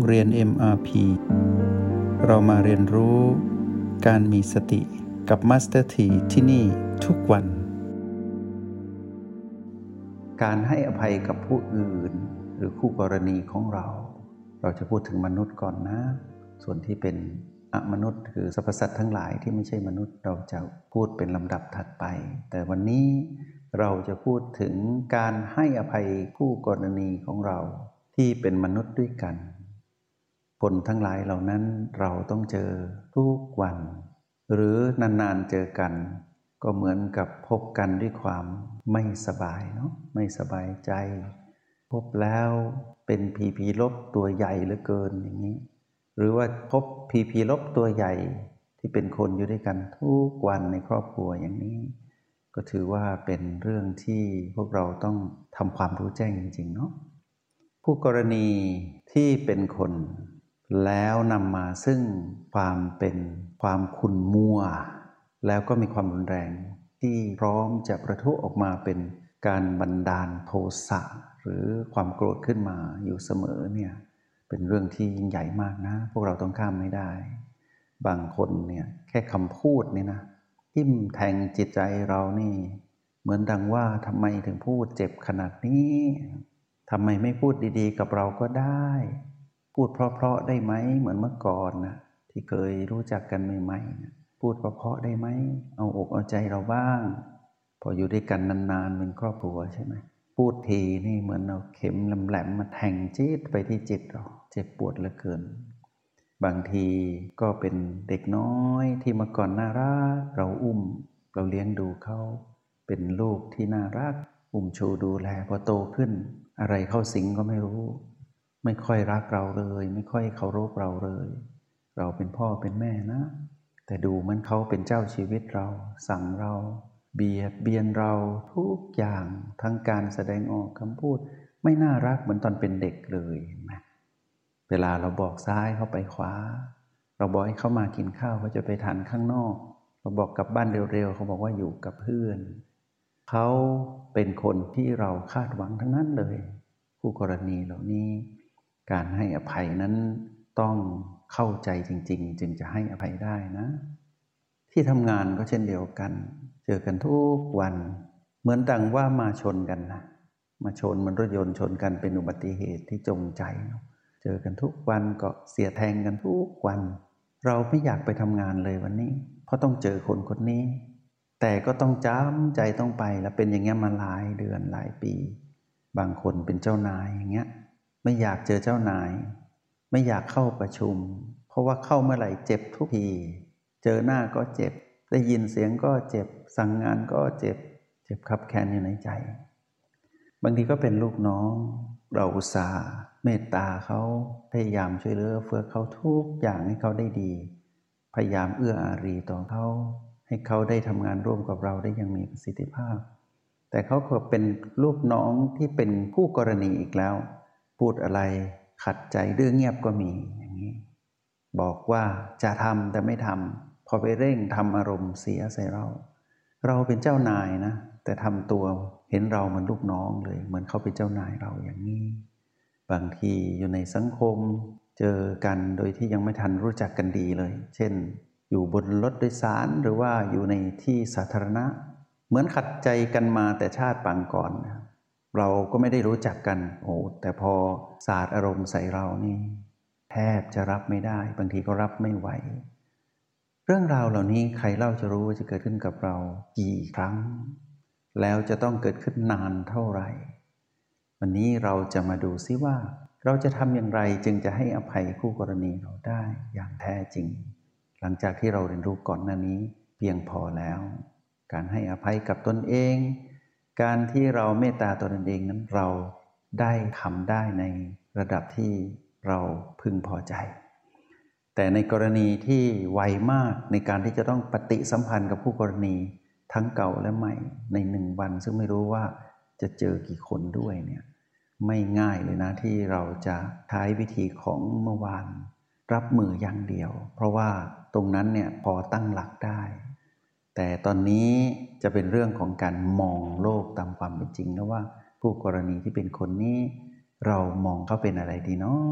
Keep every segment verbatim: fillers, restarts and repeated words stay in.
เรียน เอ็ม อาร์ พี เรามาเรียนรู้การมีสติกับ Master T ที่ที่นี่ทุกวันการให้อภัยกับผู้อื่นหรือคู่กรณีของเราเราจะพูดถึงมนุษย์ก่อนนะส่วนที่เป็นอมนุษย์คือสรรพสัตว์ทั้งหลายที่ไม่ใช่มนุษย์เราจะพูดเป็นลำดับถัดไปแต่วันนี้เราจะพูดถึงการให้อภัยคู่กรณีของเราที่เป็นมนุษย์ด้วยกันคนทั้งหลายเหล่านั้นเราต้องเจอทุกวันหรือนานๆเจอกันก็เหมือนกับพบกันด้วยความไม่สบายเนาะไม่สบายใจพบแล้วเป็นผีผีลบตัวใหญ่เหลือเกินอย่างนี้หรือว่าพบผีผีลบตัวใหญ่ที่เป็นคนอยู่ด้วยกันทุกวันในครอบครัวอย่างนี้ก็ถือว่าเป็นเรื่องที่พวกเราต้องทำความรู้แจ้งจริงๆเนาะผู้กรณีที่เป็นคนแล้วนำมาซึ่งความเป็นความขุ่นมัวแล้วก็มีความรุนแรงที่พร้อมจะประทุออกมาเป็นการบันดาลโทสะหรือความโกรธขึ้นมาอยู่เสมอเนี่ยเป็นเรื่องที่ยิ่งใหญ่มากนะพวกเราต้องข้ามไม่ได้บางคนเนี่ยแค่คำพูดนี่นะทิ่มแทงจิตใจเรานี่เหมือนดังว่าทำไมถึงพูดเจ็บขนาดนี้ทำไมไม่พูดดีๆกับเราก็ได้พูดเพราะๆได้ไหมเหมือนเมื่อก่อนนะที่เคยรู้จักกันใหม่ๆนะพูดเพราะๆได้ไหมเอาอกเอาใจเราบ้างพออยู่ด้วยกันนานๆเป็นครอบครัวใช่ไหมพูดทีนี่เหมือนเอาเข็มแหลมๆมาแทงจี๊ดไปที่จิตเราเจ็บปวดเหลือเกินบางทีก็เป็นเด็กน้อยที่เมื่อก่อนน่ารักเราอุ้มเราเลี้ยงดูเขาเป็นลูกที่น่ารักอุ้มชูดูแลพอโตขึ้นอะไรเข้าสิงก็ไม่รู้ไม่ค่อยรักเราเลยไม่ค่อยเคารพเราเลยเราเป็นพ่อเป็นแม่นะแต่ดูเหมือนเขาเป็นเจ้าชีวิตเราสั่งเราเบียดเบียนเราทุกอย่างทั้งการแสดงออกคำพูดไม่น่ารักเหมือนตอนเป็นเด็กเลยเห็นไหมเวลาเราบอกซ้ายเขาไปขวาเราบอกให้เขามากินข้าวเขาจะไปทานข้างนอกเราบอกกลับบ้านเร็วๆเขาบอกว่าอยู่กับเพื่อนเขาเป็นคนที่เราคาดหวังทั้งนั้นเลยคู่กรณีเหล่านี้การให้อภัยนั้นต้องเข้าใจจริงๆจึงจะให้อภัยได้นะที่ทำงานก็เช่นเดียวกันเจอกันทุกวันเหมือนดังว่ามาชนกันนะมาชนมันรถยนต์ชนกันเป็นอุบัติเหตุที่จงใจเนาะเจอกันทุกวันก็เสียแทงกันทุกวันเราไม่อยากไปทำงานเลยวันนี้เพราะต้องเจอคนคนนี้แต่ก็ต้องจำใจต้องไปแล้วเป็นอย่างเงี้ยมาหลายเดือนหลายปีบางคนเป็นเจ้านายอย่างเงี้ยไม่อยากเจอเจ้านายไม่อยากเข้าประชุมเพราะว่าเข้าเมื่อไหร่เจ็บทุกทีเจอหน้าก็เจ็บได้ยินเสียงก็เจ็บสั่งงานก็เจ็บเจ็บคับแค้นอยู่ในใจบางทีก็เป็นลูกน้องเราอุตส่าห์เมตตาเขาพยายามช่วยเหลือเฟื้อเขาทุกอย่างให้เขาได้ดีพยายามเอื้ออารีต่อเขาให้เขาได้ทำงานร่วมกับเราได้อย่างมีประสิทธิภาพแต่เขาก็เป็นลูกน้องที่เป็นคู่กรณีอีกแล้วพูดอะไรขัดใจดื้อเงียบก็มีอย่างนี้บอกว่าจะทำแต่ไม่ทำพอไปเร่งทำอารมณ์เสียใส่เราเราเป็นเจ้านายนะแต่ทำตัวเห็นเราเหมือนลูกน้องเลยเหมือนเขาเป็นเจ้านายเราอย่างนี้บางทีอยู่ในสังคมเจอกันโดยที่ยังไม่ทันรู้จักกันดีเลยเช่นอยู่บนรถโดยสารหรือว่าอยู่ในที่สาธารณะเหมือนขัดใจกันมาแต่ชาติปางก่อนเราก็ไม่ได้รู้จักกันโอ้แต่พอสาดอารมณ์ใส่เรานี่แทบจะรับไม่ได้บางทีก็รับไม่ไหวเรื่องราวเหล่านี้ใครเล่าจะรู้ว่าจะเกิดขึ้นกับเรากี่ครั้งแล้วจะต้องเกิดขึ้นนานเท่าไหร่วันนี้เราจะมาดูซิว่าเราจะทำอย่างไรจึงจะให้อภัยคู่กรณีเราได้อย่างแท้จริงหลังจากที่เราเรียนรู้ก่อนหน้านี้เพียงพอแล้วการให้อภัยกับตนเองการที่เราเมตตาตนเองนั้นเราได้ทำได้ในระดับที่เราพึงพอใจแต่ในกรณีที่ไวมากในการที่จะต้องปฏิสัมพันธ์กับผู้กรณีทั้งเก่าและใหม่ในหนึ่งวันซึ่งไม่รู้ว่าจะเจอกี่คนด้วยเนี่ยไม่ง่ายเลยนะที่เราจะใช้วิธีของเมื่อวานรับมืออย่างเดียวเพราะว่าตรงนั้นเนี่ยพอตั้งหลักได้แต่ตอนนี้จะเป็นเรื่องของการมองโลกตามความเป็นจริงนะว่าผู้กรณีที่เป็นคนนี้เรามองเขาเป็นอะไรดีเนาะ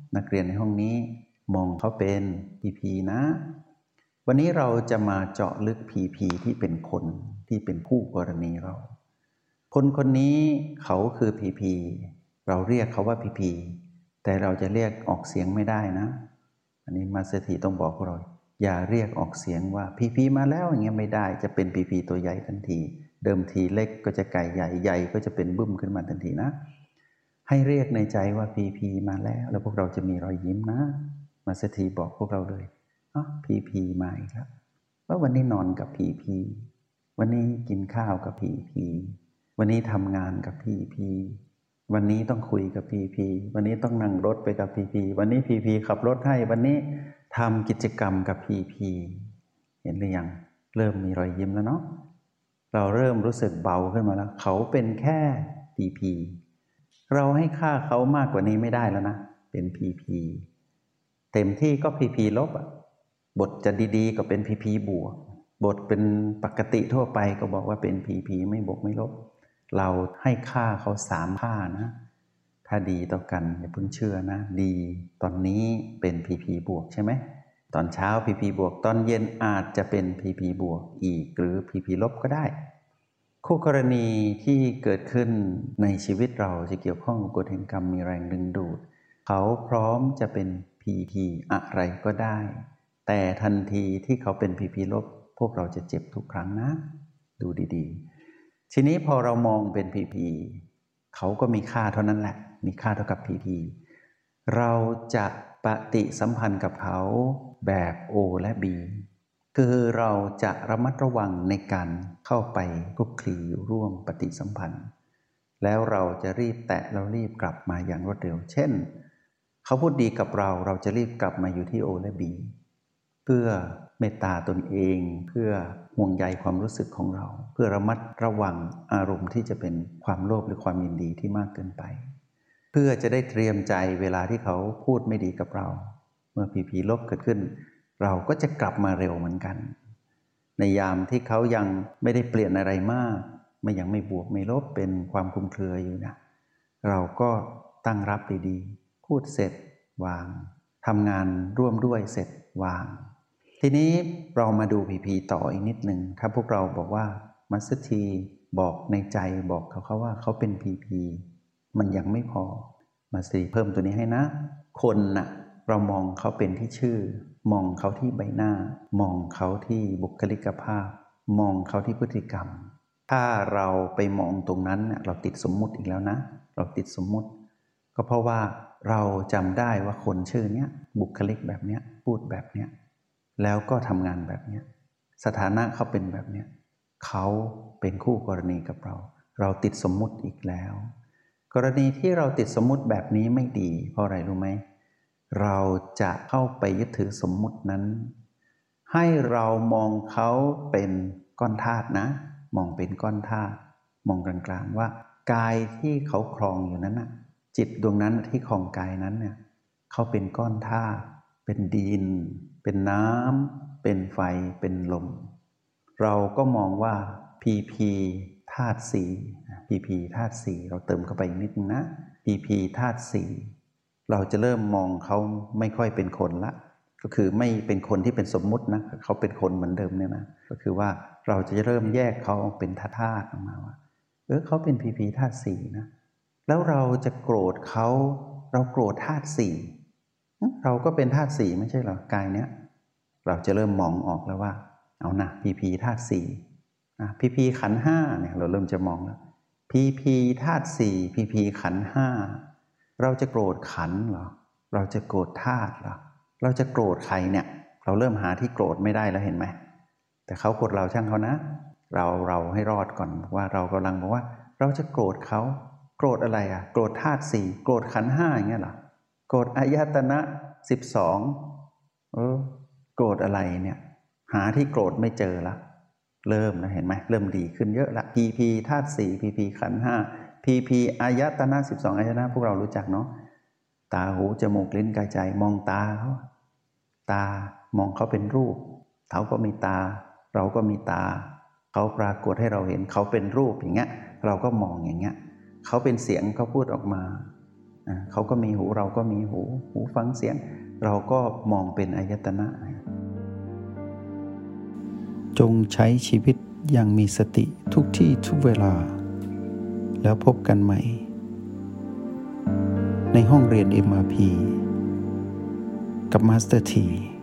นักเรียนในห้องนี้มองเขาเป็นพีพีนะวันนี้เราจะมาเจาะลึกพีพีที่เป็นคนที่เป็นคู่กรณีเราคนคนนี้เขาคือพีพีเราเรียกเขาว่าพีพีแต่เราจะเรียกออกเสียงไม่ได้นะอันนี้มาสเตอร์ทีต้องบอกเราอย่าเรียกออกเสียงว่าพีพีมาแล้วอย่างเงี้ยไม่ได้จะเป็นพีพีตัวใหญ่ทันทีเดิมทีเล็กก็จะไก่ใหญ่ใหญ่ก็จะเป็นบึ้มขึ้นมาทันทีนะให้เรียกในใจว่าพีพีมาแล้วแล้วพวกเราจะมีรอยยิ้มนะมาสเตอร์ทีบอกพวกเราเลยอ๋อพีพีมาอีกแล้วว่าวันนี้นอนกับพีพีวันนี้กินข้าวกับพีพีวันนี้ทำงานกับพีพีวันนี้ต้องคุยกับพีพีวันนี้ต้องนั่งรถไปกับพีพีวันนี้พีพีขับรถให้วันนี้ทำกิจกรรมกับพีพีเห็นหรือยังเริ่มมีรอยยิ้มแล้วเนาะเราเริ่มรู้สึกเบาขึ้นมาแล้วเขาเป็นแค่พีพีเราให้ค่าเขามากกว่านี้ไม่ได้แล้วนะเป็นพีพีเต็มที่ก็พีพีลบอะบทจะดีๆก็เป็นพีพีบวกบทเป็นปกติทั่วไปก็บอกว่าเป็นพีพีไม่บวกไม่ลบเราให้ค่าเขาสามค่านะถ้าดีต่อกันอย่าเพิ่งเชื่อนะดีตอนนี้เป็นพีพีบวกใช่ไหมตอนเช้าพีพีบวกตอนเย็นอาจจะเป็นพีพีบวกอีกหรือพีพีลบก็ได้คู่กรณีที่เกิดขึ้นในชีวิตเราจะเกี่ยวข้องกับกฎแห่งกรรมมีแรงดึงดูดเขาพร้อมจะเป็นพีพีอะไรก็ได้แต่ทันทีที่เขาเป็นพีพีลบพวกเราจะเจ็บทุกครั้งนะดูดีๆทีนี้พอเรามองเป็นพีพีเขาก็มีค่าเท่านั้นแหละมีค่าเท่ากับพีพีเราจะปฏิสัมพันธ์กับเขาแบบ O และ B คือเราจะระมัดระวังในการเข้าไปคลุกคลีอยู่ร่วมปฏิสัมพันธ์แล้วเราจะรีบแตะแล้วรีบกลับมาอย่างรวดเร็วเช่นเขาพูดดีกับเราเราจะรีบกลับมาอยู่ที่ O และ B เพื่อเมตตาตนเองเพื่อห่วงใยความรู้สึกของเราเพื่อระมัดระวังอารมณ์ที่จะเป็นความโลภหรือความยินดีที่มากเกินไปเพื่อจะได้เตรียมใจเวลาที่เขาพูดไม่ดีกับเราเมื่อพีพีลบเกิดขึ้นเราก็จะกลับมาเร็วเหมือนกันในยามที่เขายังไม่ได้เปลี่ยนอะไรมากไม่ยังไม่บวกไม่ลบเป็นความคลุมเครืออยู่นะเราก็ตั้งรับดีๆพูดเสร็จวางทำงานร่วมด้วยเสร็จวางทีนี้เรามาดูพีพีต่ออีกนิดหนึ่งถ้าพวกเราบอกว่ามัสทีบอกในใจบอกเขาเขาว่าเขาเป็นพีพีมันยังไม่พอมัสทีเพิ่มตัวนี้ให้นะคนน่ะเรามองเขาเป็นที่ชื่อมองเขาที่ใบหน้ามองเขาที่บุคลิกภาพมองเขาที่พฤติกรรมถ้าเราไปมองตรงนั้นเราติดสมมุติอีกแล้วนะเราติดสมมุติก็เพราะว่าเราจำได้ว่าคนชื่อเนี้ยบุคลิกแบบเนี้ยพูดแบบเนี้ยแล้วก็ทำงานแบบเนี้ยสถานะเขาเป็นแบบเนี้ยเขาเป็นคู่กรณีกับเราเราติดสมมุติอีกแล้วกรณีที่เราติดสมมุติแบบนี้ไม่ดีเพราะอะไรรู้ไหมเราจะเข้าไปยึดถือสมมุตินั้นให้เรามองเขาเป็นก้อนธาตุนะมองเป็นก้อนธาตุมองกลางๆว่ากายที่เขาครองอยู่นั้นน่ะจิตดวงนั้นที่ครองกายนั้นเนี่ยเขาเป็นก้อนธาตุเป็นดินเป็นน้ำเป็นไฟเป็นลมเราก็มองว่าพีพีธาตุสี่พีพีธาตุสี่เราเติมเข้าไปอีกนิดนึงนะพีพีธาตุสี่เราจะเริ่มมองเขาไม่ค่อยเป็นคนละก็คือไม่เป็นคนที่เป็นสมมุตินะเขาเป็นคนเหมือนเดิมเนี่ยนะก็คือว่าเราจะเริ่มแยกเขาเป็นธาตุออกมาว่าเออเขาเป็นพีพีธาตุสี่นะแล้วเราจะโกรธเขาเราโกรธธาตุสี่เราก็เป็นธาตุสี่ไม่ใช่เหรอกายเนี้ยเราจะเริ่มมองออกแล้วว่าเอานะพีพีธาตุสี่พีพีขันธ์ห้าเนี่ยเราเริ่มจะมองแล้วพีพีธาตุสี่พีพีขันธ์ห้าเราจะโกรธขันธ์เหรอเราจะโกรธธาตุเหรอเราจะโกรธใครเนี่ยเราเริ่มหาที่โกรธไม่ได้แล้วเห็นไหมแต่เขาโกรธเราช่างเขานะเราเราให้รอดก่อนว่าเรากำลังบอกว่าเราจะโกรธเขาโกรธอะไรอ่ะโกรธธาตุสี่โกรธขันธ์ห้าอย่างเงี้ยเหรอโกรธอายตนะสิบสองเออโกรธอะไรเนี่ยหาที่โกรธไม่เจอละเริ่มนะเห็นไหมเริ่มดีขึ้นเยอะละพีพีธาตุสี่พีพีขันธ์ห้าพีพีอายตนะสิบสองอายตนะพวกเรารู้จักเนาะตาหูจมูกลิ้นกายใจมองตาเขาตามองเขาเป็นรูปเขาก็มีตาเราก็มีตาเขาปรากฏให้เราเห็นเขาเป็นรูปอย่างเงี้ยเราก็มองอย่างเงี้ยเขาเป็นเสียงเขาพูดออกมาเขาก็มีหูเราก็มีหูหูฟังเสียงเราก็มองเป็นอายตนะจงใช้ชีวิตอย่างมีสติทุกที่ทุกเวลาแล้วพบกันใหม่ในห้องเรียน เอ็ม อาร์ พี กับมาสเตอร์ที